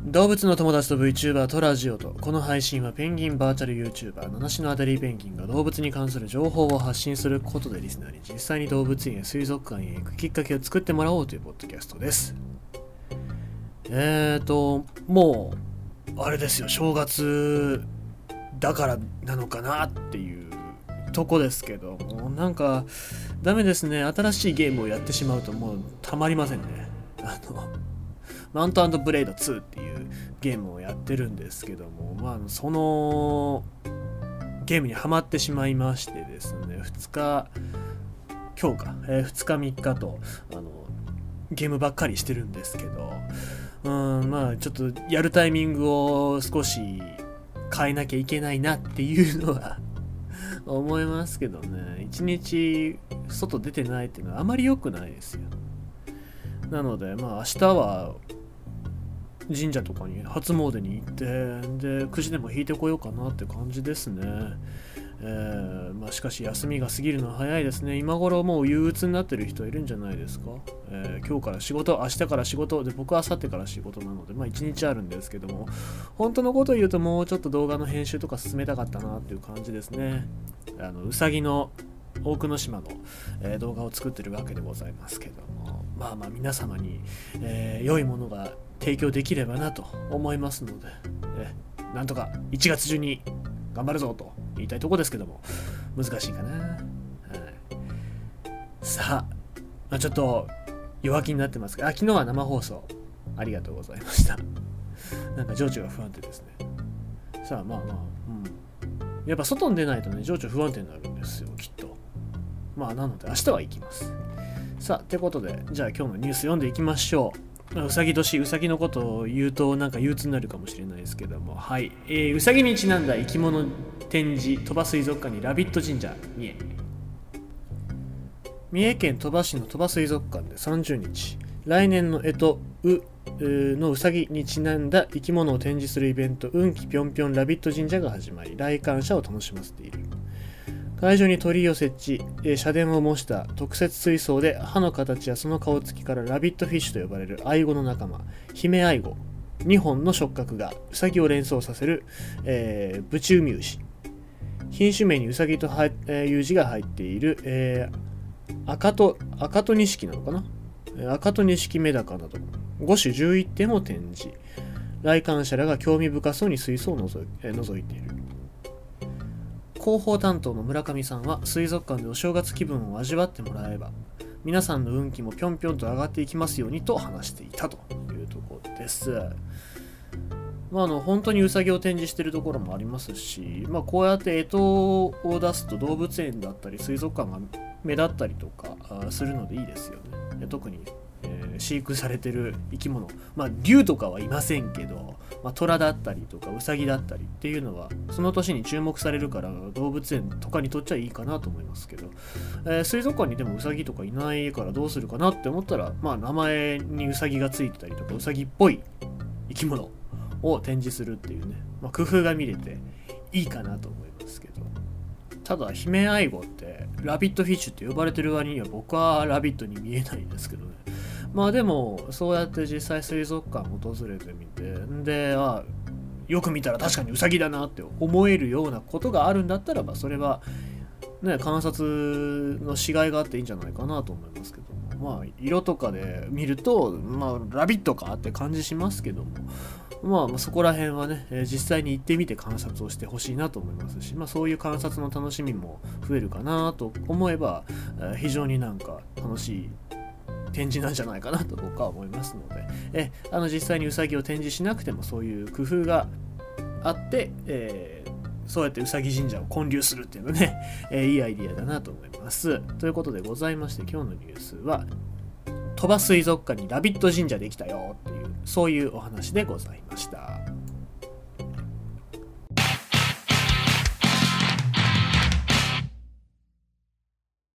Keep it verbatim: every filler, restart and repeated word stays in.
動物の友達と VTuber とラジオと、この配信はペンギンバーチャル YouTuber 七種のアデリーペンギンが動物に関する情報を発信することでリスナーに実際に動物園や水族館へ行くきっかけを作ってもらおうというポッドキャストです。えーともうあれですよ、正月だからなのかなっていうとこですけども、なんかダメですね。新しいゲームをやってしまうともうたまりませんね。あのマウント&ブレイドツーっていうゲームをやってるんですけども、まあそのゲームにハマってしまいましてですね、ふつか今日か、えー、ふつかみっかとあのゲームばっかりしてるんですけど、うんまあちょっとやるタイミングを少し変えなきゃいけないなっていうのは思いますけどね。一日外出てないっていうのはあまり良くないですよ。なのでまあ明日は神社とかに初詣に行ってでくじでも引いてこようかなって感じですね。えー、まあしかし休みが過ぎるのは早いですね。今頃もう憂鬱になってる人いるんじゃないですか。えー、今日から仕事、明日から仕事で、僕は明後日から仕事なのでまあ一日あるんですけども、本当のことを言うともうちょっと動画の編集とか進めたかったなっていう感じですね。あのうさぎの大久野島の、えー、動画を作ってるわけでございますけども、まあまあ皆様に、えー、良いものが提供できればなと思いますので、えー、なんとかいちがつ中に頑張るぞと言いたいとこですけども、難しいかな。はい、さあ、まあ、ちょっと弱気になってますが、あ、昨日は生放送ありがとうございました。なんか情緒が不安定ですね。さあまあまあ、うん、やっぱ外に出ないとね、情緒不安定になるんですよ、きっと。まあなので明日は行きます。さあってことで、じゃあ今日のニュース読んでいきましょう。うさぎ年、うさぎのことを言うとなんか憂鬱になるかもしれないですけども、はい、えー、うさぎにちなんだ生き物展示、鳥羽水族館にラビット神社にへ。三重県鳥羽市の鳥羽水族館でさんじゅうにち、来年の干支うのうさぎにちなんだ生き物を展示するイベント、運気ぴょんぴょんラビット神社が始まり、来館者を楽しませている。会場に鳥居を設置、えー、社殿を模した特設水槽で、歯の形やその顔つきからラビットフィッシュと呼ばれるアイゴの仲間、ヒメアイゴにほんの触覚がウサギを連想させる、えー、ブチウミウシ、品種名にウサギと、えー、いう字が入っている、えー、赤と赤と錦なのかな、赤と錦メダカなどごしゅじゅういってんを展示。来館者らが興味深そうに水槽を覗い、えー、覗いている。広報担当の村上さんは、水族館でお正月気分を味わってもらえば皆さんの運気もぴょんぴょんと上がっていきますようにと話していたというところです。まあ、あの本当にウサギを展示しているところもありますし、まあ、こうやって干支を出すと動物園だったり水族館が目立ったりとかするのでいいですよね。特に、えー、飼育されてる生き物、まあ竜とかはいませんけど、まあ、虎だったりとかウサギだったりっていうのはその年に注目されるから、動物園とかにとっちゃいいかなと思いますけど、えー、水族館にでもウサギとかいないからどうするかなって思ったら、まあ名前にウサギがついてたりとかウサギっぽい生き物を展示するっていうね、まあ、工夫が見れていいかなと思いますけど、ただヒメアイゴってラビットフィッシュって呼ばれてる割には僕はラビットに見えないんですけどね。まあでもそうやって実際水族館を訪れてみて、であよく見たら確かにウサギだなって思えるようなことがあるんだったらば、それはね観察のしがいがあっていいんじゃないかなと思いますけども、まあ色とかで見るとまあラビットかって感じしますけども、まあ、まあそこら辺はね、えー、実際に行ってみて観察をしてほしいなと思いますし、まあそういう観察の楽しみも増えるかなと思えば、えー、非常になんか楽しい展示なんじゃないかなと僕は思いますので、えあの実際にウサギを展示しなくてもそういう工夫があって、えー、そうやってウサギ神社を建立するっていうのね、えー、いいアイディアだなと思います。ということでございまして、今日のニュースは鳥羽水族館にラビット神社できたよっていう、そういうお話でございました。